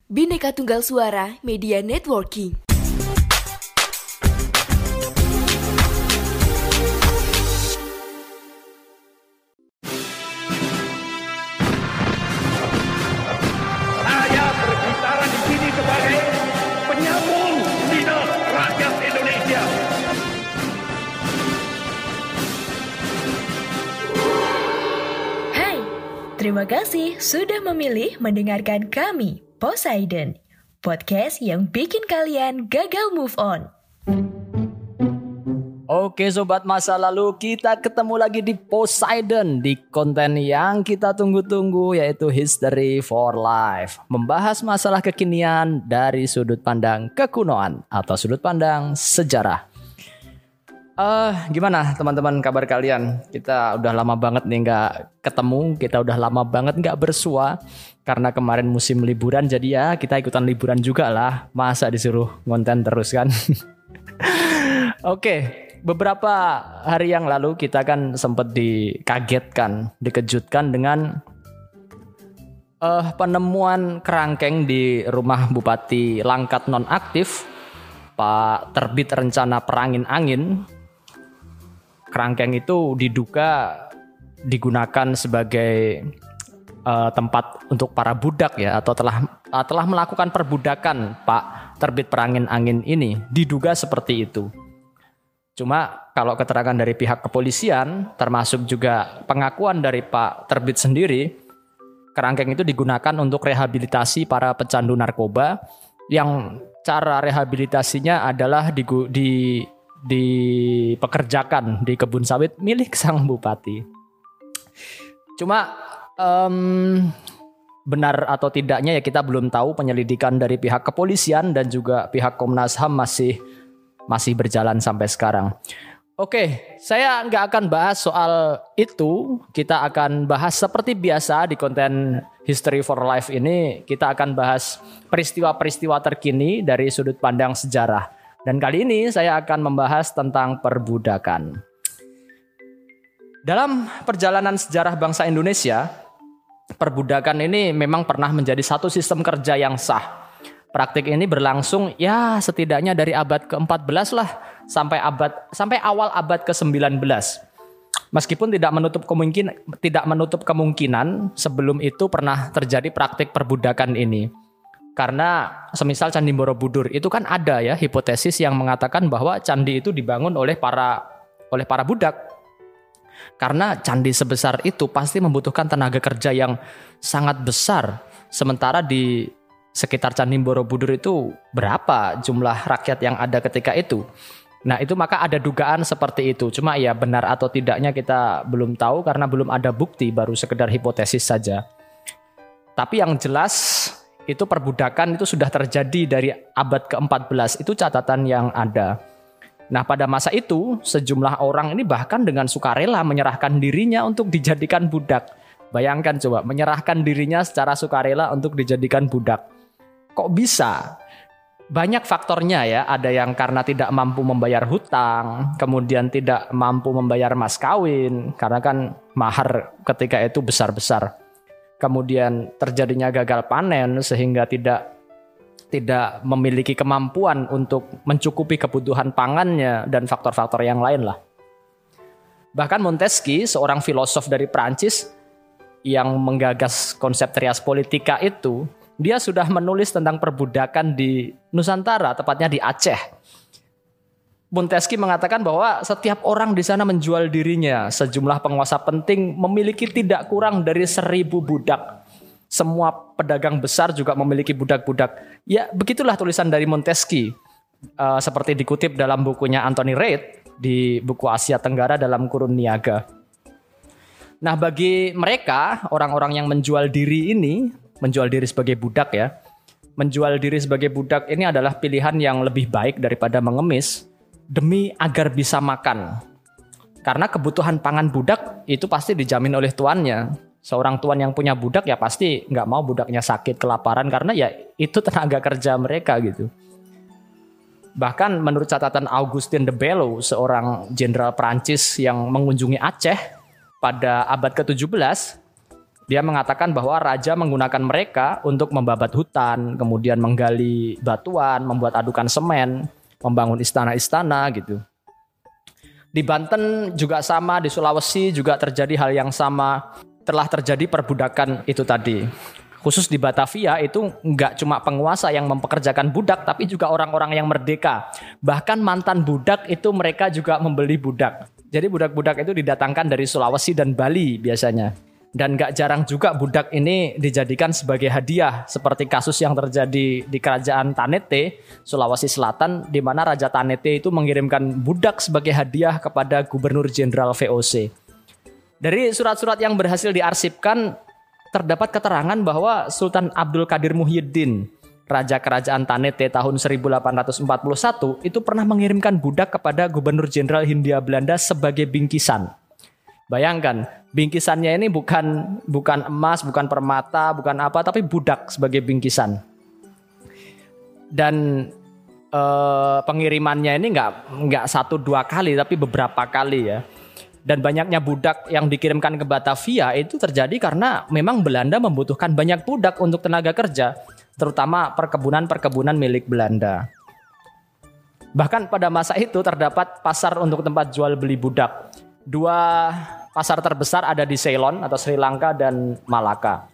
Bhinneka Tunggal Suara Media Networking. Saya berbicara di sini sebagai penyambung lidah rakyat Indonesia. Hai, terima kasih sudah memilih mendengarkan kami, Poseidon, podcast yang bikin kalian gagal move on. Oke sobat masa lalu, kita ketemu lagi di Poseidon, di konten yang kita tunggu-tunggu, yaitu History for Life. Membahas masalah kekinian dari sudut pandang kekunoan atau sudut pandang sejarah. Gimana teman-teman kabar kalian? Kita udah lama banget nih gak ketemu, kita udah lama banget gak bersua. Karena kemarin musim liburan, jadi ya kita ikutan liburan juga lah. Masa disuruh ngonten terus kan? Oke. Beberapa hari yang lalu kita kan sempat dikagetkan, dikejutkan dengan penemuan kerangkeng di rumah Bupati Langkat nonaktif, Pak Terbit Rencana Perangin-Angin. Kerangkeng itu diduga digunakan sebagai tempat untuk para budak ya, atau telah melakukan perbudakan Pak Terbit Perangin-Angin ini, diduga seperti itu. Cuma kalau keterangan dari pihak kepolisian, termasuk juga pengakuan dari Pak Terbit sendiri, kerangkeng itu digunakan untuk rehabilitasi para pecandu narkoba, yang cara rehabilitasinya adalah dipekerjakan di kebun sawit milik sang bupati. Cuma benar atau tidaknya ya kita belum tahu. Penyelidikan dari pihak kepolisian dan juga pihak Komnas HAM masih berjalan sampai sekarang. Oke, saya nggak akan bahas soal itu. Kita akan bahas seperti biasa di konten History for Life ini. Kita akan bahas peristiwa-peristiwa terkini dari sudut pandang sejarah. Dan kali ini saya akan membahas tentang perbudakan. Dalam perjalanan sejarah bangsa Indonesia, perbudakan ini memang pernah menjadi satu sistem kerja yang sah. Praktik ini berlangsung ya setidaknya dari abad ke-14 lah sampai awal abad ke-19. Meskipun tidak menutup kemungkinan sebelum itu pernah terjadi praktik perbudakan ini. Karena semisal Candi Borobudur itu kan ada ya hipotesis yang mengatakan bahwa candi itu dibangun oleh para budak. Karena candi sebesar itu pasti membutuhkan tenaga kerja yang sangat besar. Sementara di sekitar Candi Borobudur itu berapa jumlah rakyat yang ada ketika itu. Nah itu maka ada dugaan seperti itu. Cuma ya benar atau tidaknya kita belum tahu karena belum ada bukti, baru sekedar hipotesis saja. Tapi yang jelas itu perbudakan itu sudah terjadi dari abad ke-14. Itu catatan yang ada. Nah pada masa itu sejumlah orang ini bahkan dengan sukarela menyerahkan dirinya untuk dijadikan budak. Bayangkan coba, menyerahkan dirinya secara sukarela untuk dijadikan budak. Kok bisa? Banyak faktornya ya. Ada yang karena tidak mampu membayar hutang, kemudian tidak mampu membayar mas kawin, karena kan mahar ketika itu besar-besar. Kemudian terjadinya gagal panen sehingga tidak memiliki kemampuan untuk mencukupi kebutuhan pangannya dan faktor-faktor yang lain lah. Bahkan Montesquieu, seorang filosof dari Prancis yang menggagas konsep trias politika itu, dia sudah menulis tentang perbudakan di Nusantara, tepatnya di Aceh. Montesquieu mengatakan bahwa setiap orang di sana menjual dirinya. Sejumlah penguasa penting memiliki tidak kurang dari 1.000 budak. Semua pedagang besar juga memiliki budak-budak. Ya, begitulah tulisan dari Montesquieu. Seperti dikutip dalam bukunya Anthony Reid di buku Asia Tenggara dalam Kurun Niaga. Nah, bagi mereka, orang-orang yang menjual diri sebagai budak ya. Menjual diri sebagai budak ini adalah pilihan yang lebih baik daripada mengemis demi agar bisa makan. Karena kebutuhan pangan budak itu pasti dijamin oleh tuannya. Seorang tuan yang punya budak ya pasti nggak mau budaknya sakit kelaparan karena ya itu tenaga kerja mereka gitu. Bahkan menurut catatan Augustin de Bello, seorang jenderal Prancis yang mengunjungi Aceh pada abad ke-17, Dia mengatakan bahwa raja menggunakan mereka untuk membabat hutan, kemudian menggali batuan, membuat adukan semen, membangun istana-istana gitu. Di Banten juga sama, di Sulawesi juga terjadi hal yang sama. Telah terjadi perbudakan itu tadi. Khusus di Batavia itu nggak cuma penguasa yang mempekerjakan budak, tapi juga orang-orang yang merdeka. Bahkan mantan budak itu mereka juga membeli budak. Jadi budak-budak itu didatangkan dari Sulawesi dan Bali biasanya. Dan gak jarang juga budak ini dijadikan sebagai hadiah, seperti kasus yang terjadi di kerajaan Tanete, Sulawesi Selatan, di mana Raja Tanete itu mengirimkan budak sebagai hadiah kepada Gubernur Jenderal VOC. Dari surat-surat yang berhasil diarsipkan, terdapat keterangan bahwa Sultan Abdul Qadir Muhyiddin, Raja Kerajaan Tanete tahun 1841, itu pernah mengirimkan budak kepada Gubernur Jenderal Hindia Belanda sebagai bingkisan. Bayangkan, bingkisannya ini bukan emas, bukan permata, bukan apa, tapi budak sebagai bingkisan. Dan pengirimannya ini nggak 1-2 kali, tapi beberapa kali ya. Dan banyaknya budak yang dikirimkan ke Batavia itu terjadi karena memang Belanda membutuhkan banyak budak untuk tenaga kerja, terutama perkebunan-perkebunan milik Belanda. Bahkan pada masa itu terdapat pasar untuk tempat jual beli budak. 2 pasar terbesar ada di Ceylon atau Sri Lanka dan Malaka.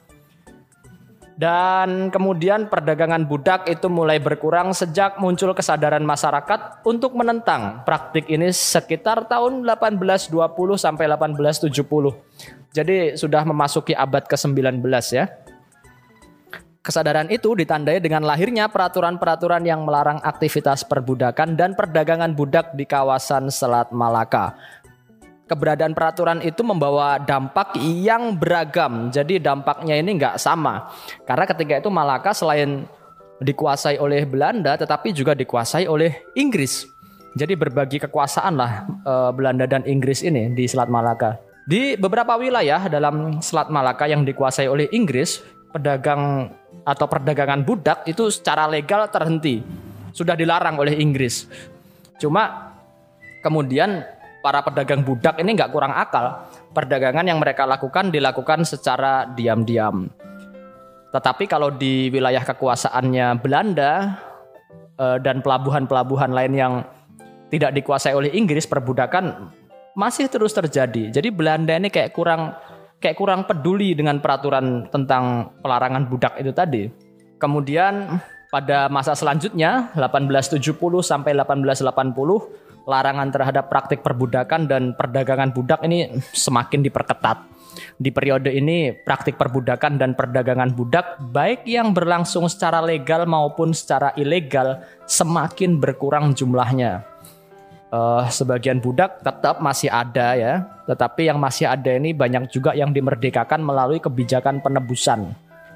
Dan kemudian perdagangan budak itu mulai berkurang sejak muncul kesadaran masyarakat untuk menentang praktik ini sekitar tahun 1820 sampai 1870. Jadi sudah memasuki abad ke-19 ya. Kesadaran itu ditandai dengan lahirnya peraturan-peraturan yang melarang aktivitas perbudakan dan perdagangan budak di kawasan Selat Malaka. Keberadaan peraturan itu membawa dampak yang beragam. Jadi dampaknya ini nggak sama. Karena ketika itu Malaka selain dikuasai oleh Belanda, tetapi juga dikuasai oleh Inggris. Jadi berbagi kekuasaan lah Belanda dan Inggris ini di Selat Malaka. Di beberapa wilayah dalam Selat Malaka yang dikuasai oleh Inggris, pedagang atau perdagangan budak itu secara legal terhenti. Sudah dilarang oleh Inggris. Cuma kemudian para pedagang budak ini nggak kurang akal. Perdagangan yang mereka lakukan dilakukan secara diam-diam. Tetapi kalau di wilayah kekuasaannya Belanda dan pelabuhan-pelabuhan lain yang tidak dikuasai oleh Inggris, perbudakan masih terus terjadi. Jadi Belanda ini kayak kurang peduli dengan peraturan tentang pelarangan budak itu tadi. Kemudian pada masa selanjutnya 1870 sampai 1880 larangan terhadap praktik perbudakan dan perdagangan budak ini semakin diperketat. Di periode ini praktik perbudakan dan perdagangan budak baik yang berlangsung secara legal maupun secara ilegal semakin berkurang jumlahnya. Sebagian budak tetap masih ada ya, tetapi yang masih ada ini banyak juga yang dimerdekakan melalui kebijakan penebusan.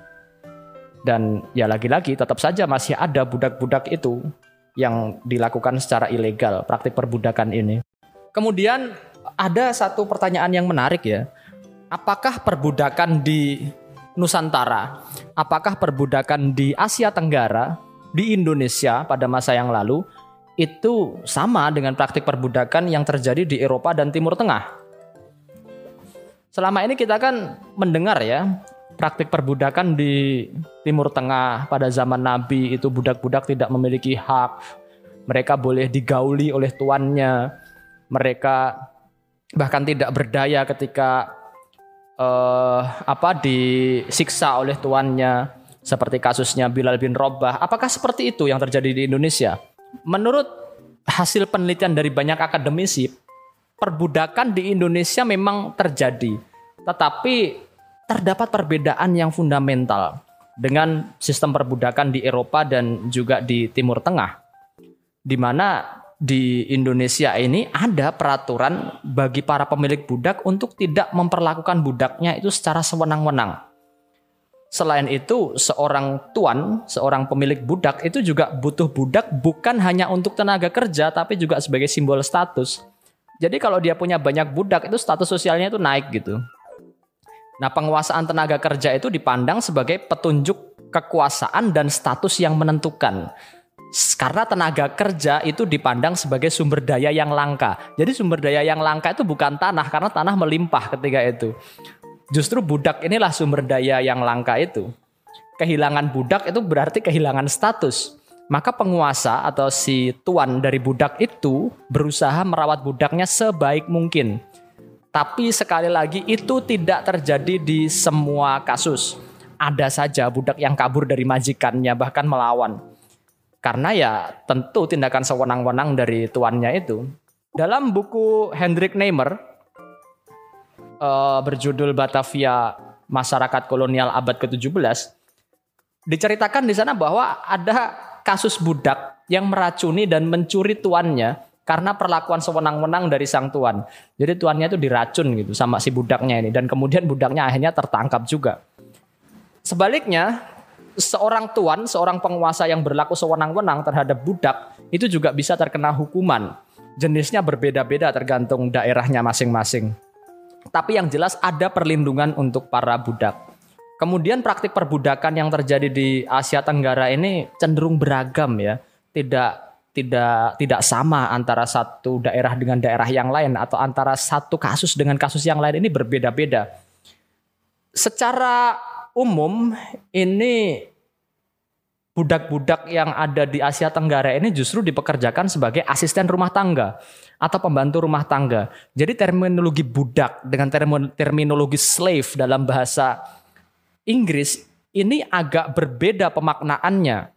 Dan ya lagi-lagi tetap saja masih ada budak-budak itu yang dilakukan secara ilegal, praktik perbudakan ini. Kemudian ada satu pertanyaan yang menarik ya. Apakah perbudakan di Nusantara, apakah perbudakan di Asia Tenggara, di Indonesia pada masa yang lalu, itu sama dengan praktik perbudakan yang terjadi di Eropa dan Timur Tengah? Selama ini kita kan mendengar ya, praktik perbudakan di Timur Tengah pada zaman Nabi itu budak-budak tidak memiliki hak. Mereka boleh digauli oleh tuannya. Mereka bahkan tidak berdaya ketika disiksa oleh tuannya. Seperti kasusnya Bilal bin Rabah. Apakah seperti itu yang terjadi di Indonesia? Menurut hasil penelitian dari banyak akademisi, perbudakan di Indonesia memang terjadi. Tetapi terdapat perbedaan yang fundamental dengan sistem perbudakan di Eropa dan juga di Timur Tengah. Di mana di Indonesia ini ada peraturan bagi para pemilik budak untuk tidak memperlakukan budaknya itu secara sewenang-wenang. Selain itu, seorang tuan, seorang pemilik budak itu juga butuh budak bukan hanya untuk tenaga kerja tapi juga sebagai simbol status. Jadi kalau dia punya banyak budak itu status sosialnya itu naik gitu. Nah, penguasaan tenaga kerja itu dipandang sebagai petunjuk kekuasaan dan status yang menentukan. Karena tenaga kerja itu dipandang sebagai sumber daya yang langka. Jadi sumber daya yang langka itu bukan tanah, karena tanah melimpah ketika itu. Justru budak inilah sumber daya yang langka itu. Kehilangan budak itu berarti kehilangan status. Maka penguasa atau si tuan dari budak itu berusaha merawat budaknya sebaik mungkin. Tapi sekali lagi itu tidak terjadi di semua kasus. Ada saja budak yang kabur dari majikannya bahkan melawan. Karena ya tentu tindakan sewenang-wenang dari tuannya itu. Dalam buku Hendrik Neymer berjudul Batavia Masyarakat Kolonial Abad ke-17, diceritakan di sana bahwa ada kasus budak yang meracuni dan mencuri tuannya karena perlakuan sewenang-wenang dari sang tuan. Jadi tuannya itu diracun gitu sama si budaknya ini, dan kemudian budaknya akhirnya tertangkap juga. Sebaliknya, seorang tuan, seorang penguasa yang berlaku sewenang-wenang terhadap budak itu juga bisa terkena hukuman. Jenisnya berbeda-beda tergantung daerahnya masing-masing. Tapi yang jelas ada perlindungan untuk para budak. Kemudian praktik perbudakan yang terjadi di Asia Tenggara ini cenderung beragam ya. Tidak sama antara satu daerah dengan daerah yang lain atau antara satu kasus dengan kasus yang lain, ini berbeda-beda. Secara umum ini budak-budak yang ada di Asia Tenggara ini justru dipekerjakan sebagai asisten rumah tangga atau pembantu rumah tangga. Jadi terminologi budak dengan terminologi slave dalam bahasa Inggris ini agak berbeda pemaknaannya.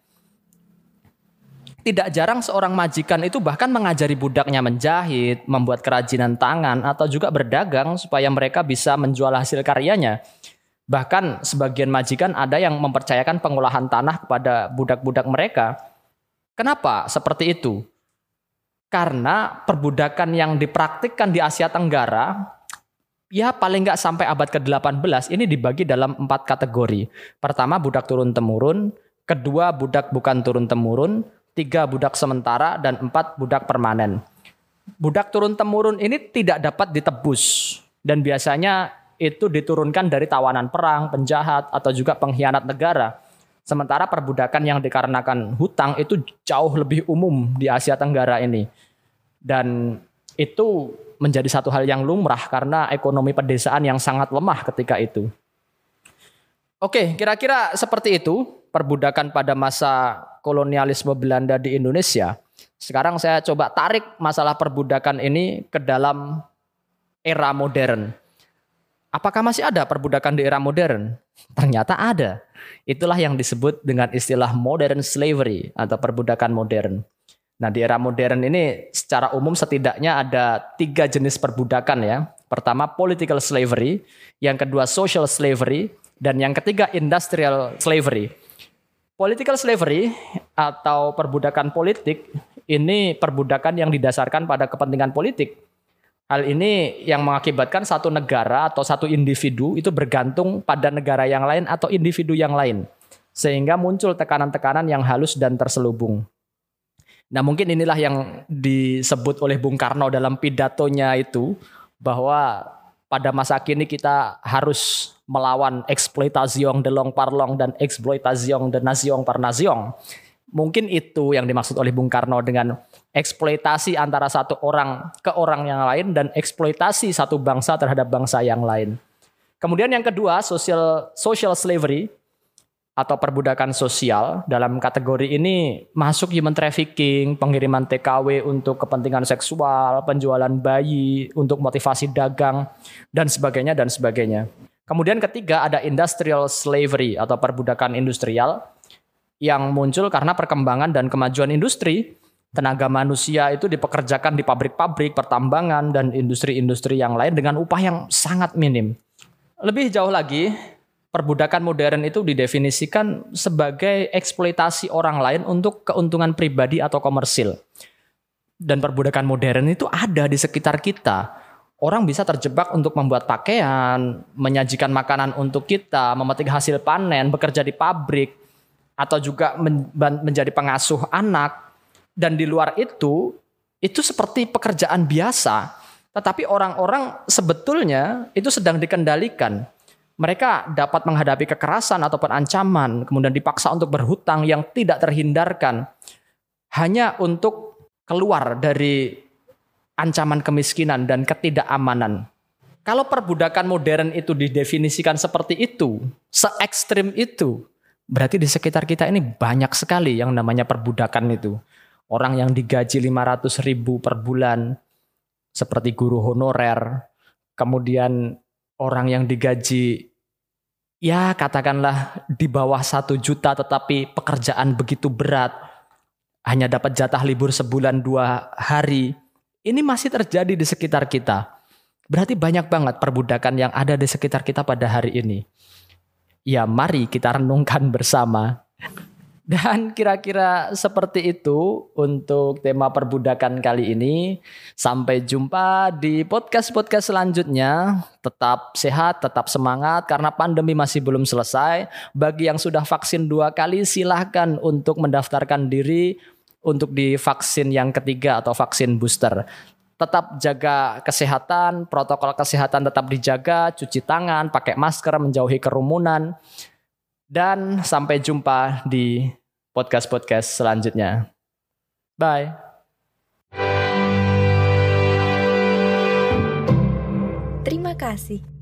Tidak jarang seorang majikan itu bahkan mengajari budaknya menjahit, membuat kerajinan tangan, atau juga berdagang supaya mereka bisa menjual hasil karyanya. Bahkan sebagian majikan ada yang mempercayakan pengolahan tanah kepada budak-budak mereka. Kenapa seperti itu? Karena perbudakan yang dipraktikkan di Asia Tenggara, ya paling nggak sampai abad ke-18 ini dibagi dalam 4 kategori. Pertama, budak turun-temurun. Kedua, budak bukan turun-temurun. 3, budak sementara. Dan 4, budak permanen. Budak turun-temurun ini tidak dapat ditebus. Dan biasanya itu diturunkan dari tawanan perang, penjahat, atau juga pengkhianat negara. Sementara perbudakan yang dikarenakan hutang itu jauh lebih umum di Asia Tenggara ini. Dan itu menjadi satu hal yang lumrah karena ekonomi pedesaan yang sangat lemah ketika itu. Oke, kira-kira seperti itu perbudakan pada masa kolonialisme Belanda di Indonesia. Sekarang saya coba tarik masalah perbudakan ini ke dalam era modern. Apakah masih ada perbudakan di era modern? Ternyata ada. Itulah yang disebut dengan istilah modern slavery atau perbudakan modern. Nah, di era modern ini secara umum setidaknya ada 3 jenis perbudakan ya. Pertama, political slavery, yang kedua social slavery, dan yang ketiga industrial slavery. Political slavery atau perbudakan politik ini perbudakan yang didasarkan pada kepentingan politik. Hal ini yang mengakibatkan satu negara atau satu individu itu bergantung pada negara yang lain atau individu yang lain. Sehingga muncul tekanan-tekanan yang halus dan terselubung. Nah, mungkin inilah yang disebut oleh Bung Karno dalam pidatonya itu, bahwa pada masa kini kita harus melawan eksploitasiong de long par long dan eksploitasiong de nation par nation. Mungkin itu yang dimaksud oleh Bung Karno dengan eksploitasi antara satu orang ke orang yang lain dan eksploitasi satu bangsa terhadap bangsa yang lain. Kemudian yang kedua, social slavery atau perbudakan sosial. Dalam kategori ini masuk human trafficking, pengiriman TKW untuk kepentingan seksual, penjualan bayi untuk motivasi dagang, dan sebagainya dan sebagainya. Kemudian ketiga ada industrial slavery atau perbudakan industrial yang muncul karena perkembangan dan kemajuan industri. Tenaga manusia itu dipekerjakan di pabrik-pabrik, pertambangan, dan industri-industri yang lain dengan upah yang sangat minim. Lebih jauh lagi, perbudakan modern itu didefinisikan sebagai eksploitasi orang lain untuk keuntungan pribadi atau komersil. Dan perbudakan modern itu ada di sekitar kita. Orang bisa terjebak untuk membuat pakaian, menyajikan makanan untuk kita, memetik hasil panen, bekerja di pabrik, atau juga menjadi pengasuh anak. Dan di luar itu seperti pekerjaan biasa. Tetapi orang-orang sebetulnya itu sedang dikendalikan. Mereka dapat menghadapi kekerasan ataupun ancaman, kemudian dipaksa untuk berhutang yang tidak terhindarkan, hanya untuk keluar dari ancaman kemiskinan dan ketidakamanan. Kalau perbudakan modern itu didefinisikan seperti itu, se-ekstrim itu, berarti di sekitar kita ini banyak sekali yang namanya perbudakan itu. Orang yang digaji 500.000 per bulan, seperti guru honorer, kemudian orang yang digaji ya katakanlah di bawah 1 juta tetapi pekerjaan begitu berat, hanya dapat jatah libur sebulan 2 hari. Ini masih terjadi di sekitar kita. Berarti banyak banget perbudakan yang ada di sekitar kita pada hari ini. Ya mari kita renungkan bersama. Dan kira-kira seperti itu untuk tema perbudakan kali ini. Sampai jumpa di podcast-podcast selanjutnya. Tetap sehat, tetap semangat karena pandemi masih belum selesai. Bagi yang sudah vaksin 2 kali silahkan untuk mendaftarkan diri untuk di vaksin yang ketiga atau vaksin booster. Tetap jaga kesehatan, protokol kesehatan tetap dijaga, cuci tangan, pakai masker, menjauhi kerumunan. Dan sampai jumpa di podcast-podcast selanjutnya. Bye. Terima kasih.